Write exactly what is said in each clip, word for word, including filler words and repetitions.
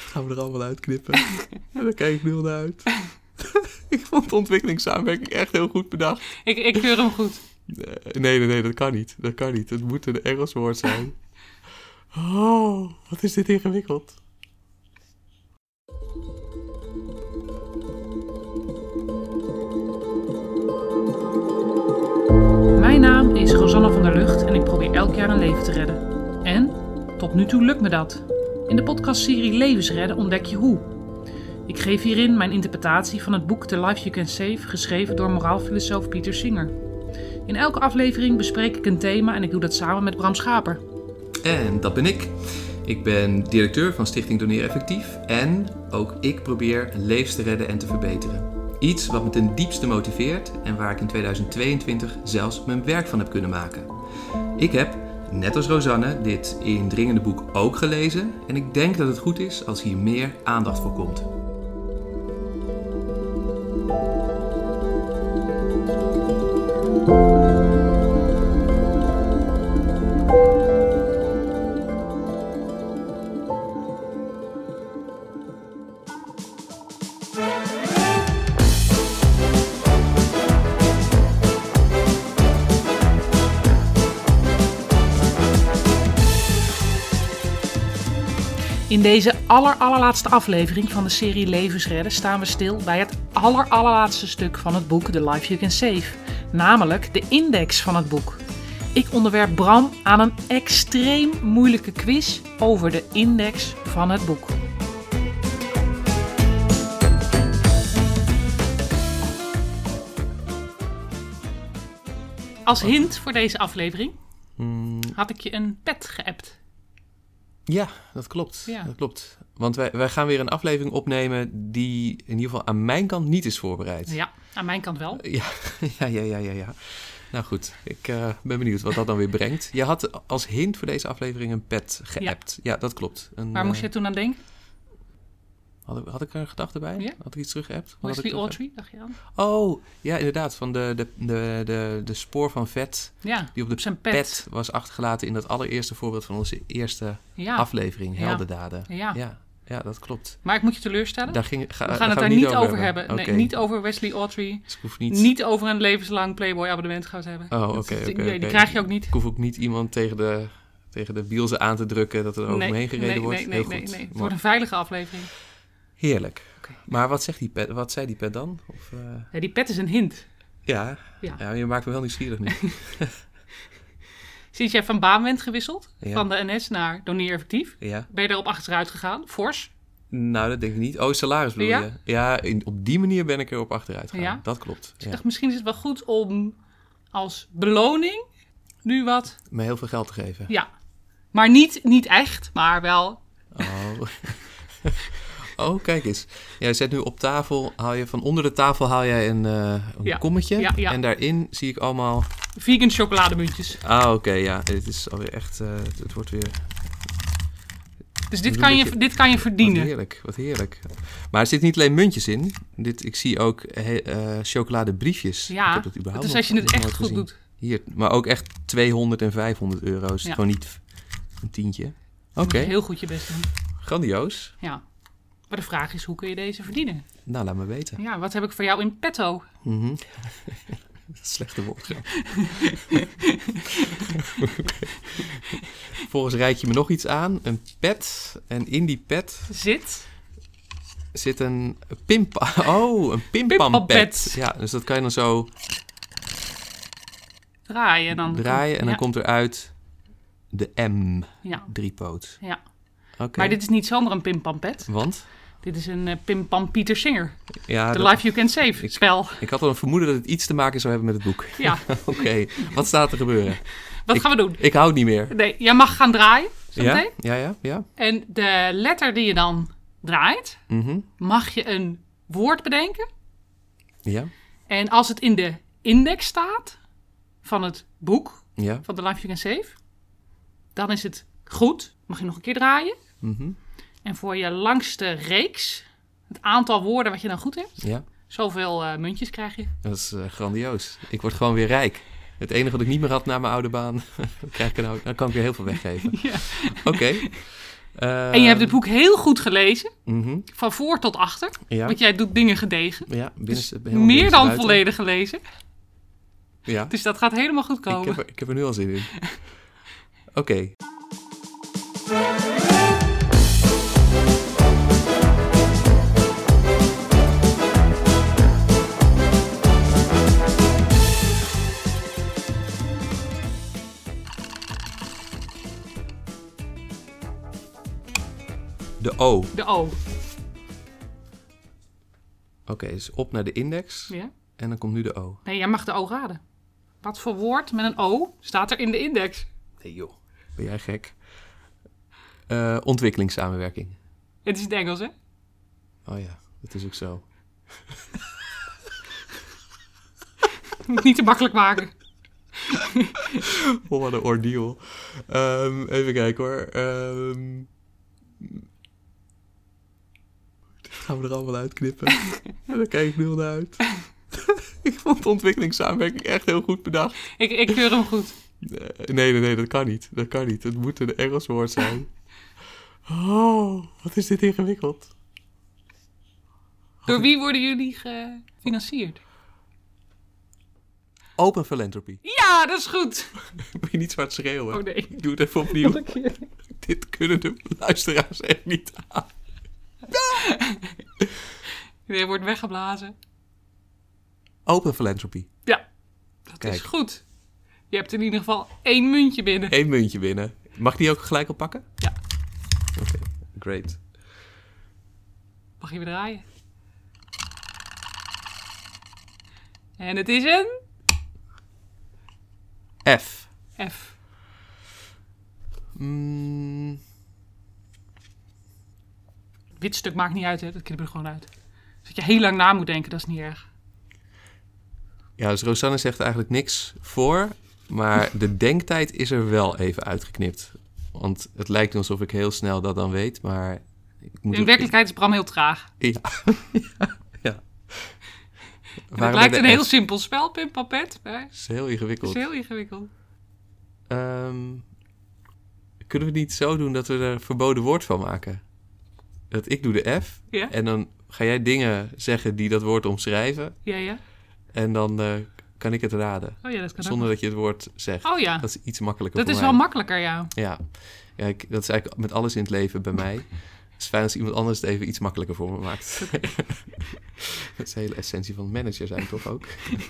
Gaan we er allemaal uitknippen. En daar kijk ik nu al naar uit. Ik vond de ontwikkelingssamenwerking echt heel goed bedacht. Ik, ik keur hem goed. Nee, nee, nee, dat kan niet. Dat kan niet. Het moet een Engels woord zijn. Oh, wat is dit ingewikkeld. Mijn naam is Rosanne van der Lucht en ik probeer elk jaar een leven te redden. En tot nu toe lukt me dat. In de podcastserie Levensredden ontdek je hoe. Ik geef hierin mijn interpretatie van het boek The Life You Can Save, geschreven door moraalfilosoof Peter Singer. In elke aflevering bespreek ik een thema en ik doe dat samen met Bram Schaper. En dat ben ik. Ik ben directeur van Stichting Doneer Effectief en ook ik probeer levens te redden en te verbeteren. Iets wat me ten diepste motiveert en waar ik in tweeduizend tweeëntwintig zelfs mijn werk van heb kunnen maken. Ik heb, net als Rosanne, dit indringende boek ook gelezen en ik denk dat het goed is als hier meer aandacht voor komt. In deze aller, allerlaatste aflevering van de serie Levensredden staan we stil bij het aller, allerlaatste stuk van het boek The Life You Can Save. Namelijk de index van het boek. Ik onderwerp Bram aan een extreem moeilijke quiz over de index van het boek. Als hint voor deze aflevering Mm, had ik je een pet geappt. ja, dat klopt. Ja. Dat klopt. Want wij, wij gaan weer een aflevering opnemen die in ieder geval aan mijn kant niet is voorbereid. Ja, aan mijn kant wel. Ja, ja, ja, ja, ja. ja. Nou goed, ik uh, ben benieuwd wat dat dan weer brengt. Je had als hint voor deze aflevering een pet geappt. Ja, ja dat klopt. Een, Waar uh, moest je toen aan denken? Had, ik- had ik er een gedachte bij? Ja. Had ik iets teruggeappt? Wat had ik Wesley teruggeappt? Autry, dacht je aan? Oh, ja, inderdaad. Van de, de, de, de, de spoor van vet Ja, die op de op zijn pet. pet was achtergelaten in dat allereerste voorbeeld van onze eerste Ja, aflevering, Ja. Heldendaden. ja. Ja, ja, dat klopt. Maar ik moet je teleurstellen. Daar ging, ga, we gaan het we daar niet over hebben. Oké. Nee, niet over Wesley Autry. Dus ik hoef niet... Niet over een levenslang Playboy abonnement gaan hebben. Oh, Dat oké, is- oké, nee, oké. Die krijg je ook niet. Ik hoef ook niet iemand tegen de, tegen de bielse aan te drukken dat er over me heen gereden nee, wordt. nee, nee, Heel nee, goed. nee. Het Maar- wordt een veilige aflevering. Heerlijk. Oké. Maar wat, zegt die pet, wat zei die pet dan? Of, uh, Ja, die pet is een hint. ja. Ja. ja, je maakt me wel nieuwsgierig nu. Sinds jij van baan bent gewisseld, Ja. van de N S naar Doneer Effectief, Ja. ben je erop achteruit gegaan, fors. Nou, dat denk ik niet. Oh, salaris bedoel Ja? je? Ja, in, op die manier ben ik erop achteruit gegaan. Ja? Dat klopt. Dus ik Ja. dacht, misschien is het wel goed om als beloning nu wat, Me heel veel geld te geven. ja. Maar niet, niet echt, maar wel, Oh. Oh, kijk eens. Jij zet nu op tafel, haal je van onder de tafel haal jij een, uh, een Ja. kommetje. Ja, ja. En daarin zie ik allemaal... vegan chocolademuntjes. Ah, oké, ja. Het is alweer echt... Uh, het, het wordt weer... Dus dit Een kan, je, beetje- dit kan je Wat verdienen. heerlijk, wat heerlijk. Maar er zitten niet alleen muntjes in. Dit, ik zie ook he, uh, chocoladebriefjes. Ik Ja, heb dat überhaupt dus nog- als je het nog echt nooit goed gezien. doet. Hier, maar ook echt tweehonderd en vijfhonderd euro. Is Ja. gewoon niet een tientje. Oké, Moet je heel goed je best doen. grandioos. Ja. Maar de vraag is, hoe kun je deze verdienen? Nou, laat me weten. Ja, wat heb ik voor jou in petto? Mhm. Slechte woordgrap. Vervolgens reik je me nog iets aan. Een pet. En in die pet Zit. zit een pimpa... Oh, een pimpampet. Pimpampet. Ja, dus dat kan je dan zo Draaien en dan. draaien. En dan ja. komt eruit de M. Ja, Driepoot. ja. Oké. Maar dit is niet zomaar een pimpampet. Want? Dit is een uh, Pimpam Pieter Singer. Ja, The dat- Life You Can Save Ik- spel. ik had al een vermoeden dat het iets te maken zou hebben met het boek. Ja, Oké, wat staat er gebeuren? wat Ik- gaan we doen? Ik hou het niet meer. Nee, jij mag gaan draaien. Ja? Zometeen. Ja, ja, ja. En de letter die je dan draait, Mhm. mag je een woord bedenken. Ja, En als het in de index staat van het boek, ja. van The Life You Can Save, dan is het goed. Mag je nog een keer draaien. Mhm. En voor je langste reeks, het aantal woorden wat je dan goed hebt, Ja, zoveel uh, muntjes krijg je. dat is uh, grandioos. Ik word gewoon weer rijk. Het enige wat ik niet meer had na mijn oude baan, krijg ik er nou, dan kan ik weer heel veel weggeven. Ja. Oké, Uh, en je hebt het boek heel goed gelezen. Mm-hmm. Van voor tot achter. Ja. Want jij doet dingen gedegen. Ja, binnenste, dus meer dan buiten. volledig gelezen. Ja. Dus dat gaat helemaal goed komen. Ik heb er, ik heb er nu al zin in. Oké. Okay. De O. De O. Oké, okay, dus op naar de index. Ja. En dan komt nu de O. Nee, jij mag de O raden. Wat voor woord met een O staat er in de index? Nee joh, ben jij gek? Uh, ontwikkelingssamenwerking. Het is het Engels, hè? Oh ja, dat is ook zo. Moet niet te makkelijk maken. Oh, wat een ordeal. Um, even kijken hoor. Um... Dit gaan we er allemaal uitknippen. En daar kijk ik nu al naar uit. Ik vond de ontwikkelingssamenwerking echt heel goed bedacht. Ik, ik keur hem goed. Nee, nee, nee, dat kan niet. Dat kan niet. Het moet een Engels woord zijn. Oh, wat is dit ingewikkeld. Door wie worden jullie gefinancierd? Open philanthropy. Ja, dat is goed. Moet je niet zwart schreeuwen. Oh nee. Ik doe het even opnieuw. Dit kunnen de luisteraars echt niet aan. Je wordt weggeblazen. Open philanthropy. Ja, dat Kijk. is goed. Je hebt in ieder geval één muntje binnen. Eén muntje binnen. Mag ik die ook gelijk oppakken? Ja. Oké, okay. Great. Mag je weer draaien? En het is een... F. F. Mm. Wit stuk maakt niet uit, hè? Dat knip er gewoon uit. Dus dat je heel lang na moet denken, dat is niet erg. Ja, dus Rosanne zegt eigenlijk niks voor, maar de denktijd is er wel even uitgeknipt. Want het lijkt alsof ik heel snel dat dan weet, maar... Ik moet in werkelijkheid is Bram heel traag. Ja. ja, ja. Het lijkt een F? heel simpel spel, Pim Papet. Het is heel ingewikkeld. Het is heel ingewikkeld. Um, kunnen we het niet zo doen dat we er een verboden woord van maken? Dat ik doe de F ja? en dan ga jij dingen zeggen die dat woord omschrijven. Ja, ja. En dan uh, kan ik het raden. Oh ja, dat kan Zonder ook. dat je het woord zegt. Oh ja. Dat is iets makkelijker dat voor is mij. wel makkelijker, ja. Ja, ja ik, dat is eigenlijk met alles in het leven bij mij. Het is fijn als iemand anders het even iets makkelijker voor me maakt. Okay. Dat is de hele essentie van manager zijn toch ook?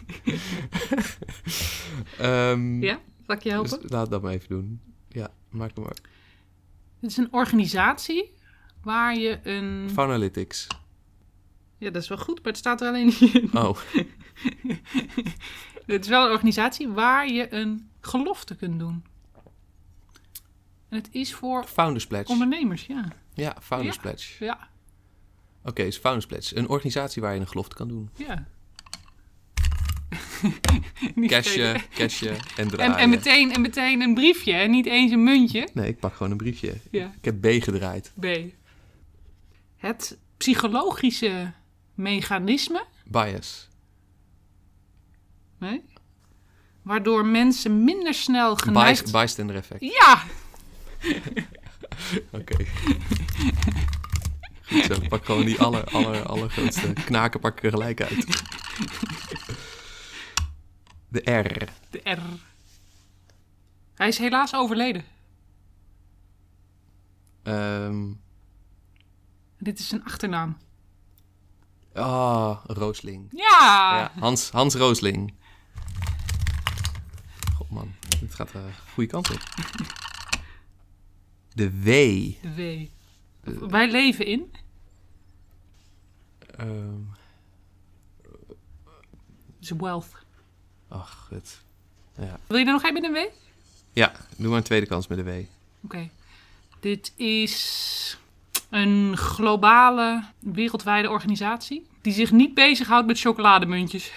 um, ja, zal ik je helpen? Dus laat dat maar even doen. Ja, maak hem maar. Het is een organisatie waar je een... Faunalytics. Ja, dat is wel goed, maar het staat er alleen niet in. Oh. Het is wel een organisatie waar je een gelofte kunt doen. En het is voor Founders Pledge. Ondernemers, ja. Ja, Founders ja. Pledge. Ja. Oké, okay, dus Founders Pledge. Een organisatie waar je een gelofte kan doen. Ja. Cashje, cashje en draaien. En, en, meteen, en meteen een briefje, hè? Niet eens een muntje. Nee, ik pak gewoon een briefje. Ja. Ik heb B gedraaid. B. Het psychologische mechanisme. Bias. Nee? Waardoor mensen minder snel geneigd... By, bystander effect. Ja! Oké. Okay. Goed zo, pak gewoon die aller, aller, allergrootste knaken pak ik er gelijk uit. De R. De R. Hij is helaas overleden. Um. Dit is zijn achternaam. Ah, oh, Roosling. Ja! ja! Hans, Hans Roosling. God man, dit gaat een uh, goede kant op. De W. De W. Uh, Wij leven in? Um. is wealth. Ach, goed. Ja. Wil je er nog een met een W? Ja, doe maar een tweede kans met een W. Oké. Okay. Dit is een globale, wereldwijde organisatie die zich niet bezighoudt met chocolademuntjes.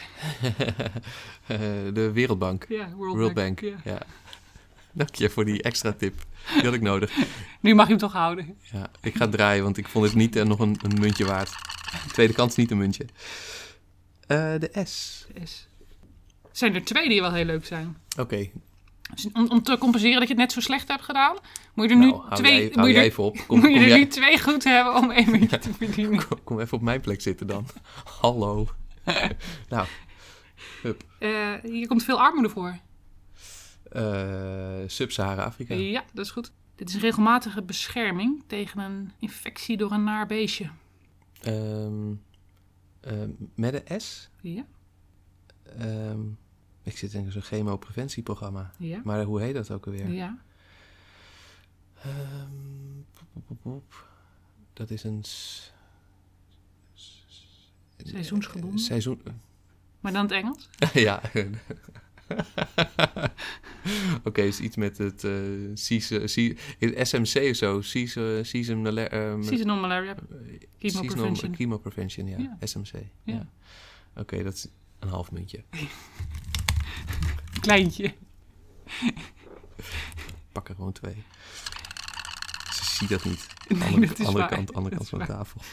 De Wereldbank. Ja, World, World Bank. Bank. Ja. Ja. Dank je voor die extra tip. Die had ik nodig. Nu mag je hem toch houden. Ja, ik ga draaien, want ik vond het niet uh, nog een, een muntje waard. De tweede kans niet een muntje. Uh, de S. De S. Er zijn er twee die wel heel leuk zijn. Oké. Okay. Dus om, om te compenseren dat je het net zo slecht hebt gedaan, moet je er Nou, nu hou twee, jij, moet hou je jij er, even op. Kom, moet je kom er jij- nu twee goed hebben om één muntje te verdienen. Kom, kom even op mijn plek zitten dan. Hallo. Nou, hup. Uh, hier komt veel armoede voor. Uh, Sub-Sahara-Afrika. Ja, dat is goed. Dit is een regelmatige bescherming tegen een infectie door een naar beestje. Um, uh, met een S? Ja. Um, ik zit in zo'n chemopreventieprogramma. Ja. Maar hoe heet dat ook alweer? Ja. Um, poep, poep, poep. Dat is een... S- s- Seizoensgebonden? Seizoen... Maar dan het Engels? Ja. Oké, okay, is iets met het uh, season, se- S M C of zo. Season, season, um, Seasonal malaria. Chemo prevention. Chemo prevention, ja. ja. S M C. Ja. Ja. Oké, okay, dat is een half muntje. Kleintje. Pak er gewoon twee. Ze ziet dat niet. Nee, andere dat is andere waar. kant, andere Dat kant is van de waar. tafel.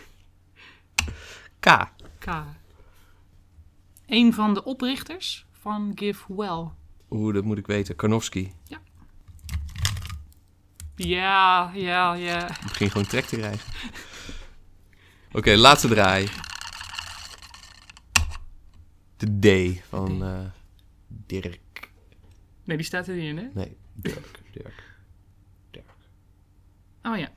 K. K. Een van de oprichters van GiveWell. Oeh, dat moet ik weten. Karnofsky. Ja. Ja, ja, ja. Ik begin gewoon trek te krijgen. Oké, okay, laatste draai. De D van uh, Dirk. Nee, die staat er niet in, hè? Nee, Dirk, Dirk, Dirk. Oh ja.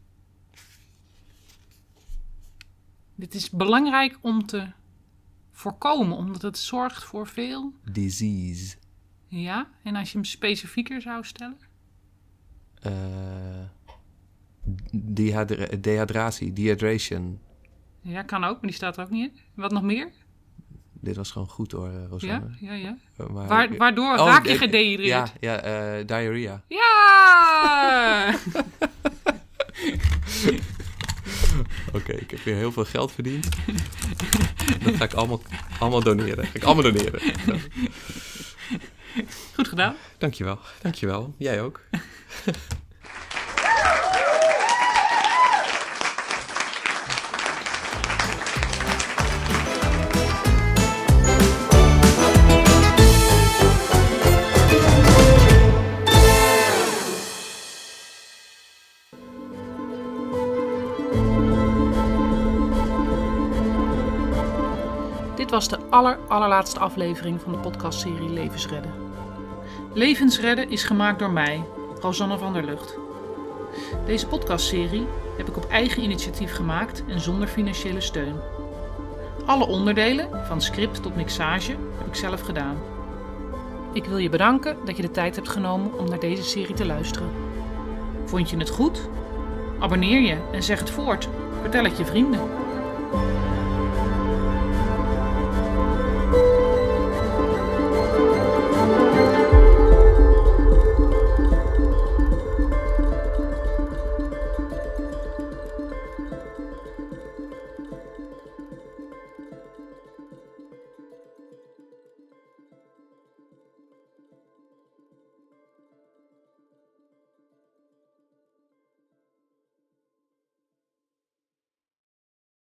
Dit is belangrijk om te voorkomen, omdat het zorgt voor veel... Disease. Ja, en als je hem specifieker zou stellen? Uh, dehydra- dehydratie, dehydration. Ja, kan ook, maar die staat er ook niet in. Wat nog meer? Dit was gewoon goed hoor, uh, Rosanne. Ja, ja, ja. Uh, maar, Waar, waardoor oh, raak je uh, gedehydreerd? Ja, ja uh, diarrhea. Ja! Oké, okay, ik heb weer heel veel geld verdiend. Dat ga ik allemaal, allemaal doneren. Ga ik allemaal doneren. Zo. Goed gedaan. Dankjewel, dankjewel. Jij ook. Dit was de aller, allerlaatste aflevering van de podcastserie Levensredden. Levensredden is gemaakt door mij, Rosanne van der Lugt. Deze podcastserie heb ik op eigen initiatief gemaakt en zonder financiële steun. Alle onderdelen, van script tot mixage, heb ik zelf gedaan. Ik wil je bedanken dat je de tijd hebt genomen om naar deze serie te luisteren. Vond je het goed? Abonneer je en zeg het voort. Vertel het je vrienden.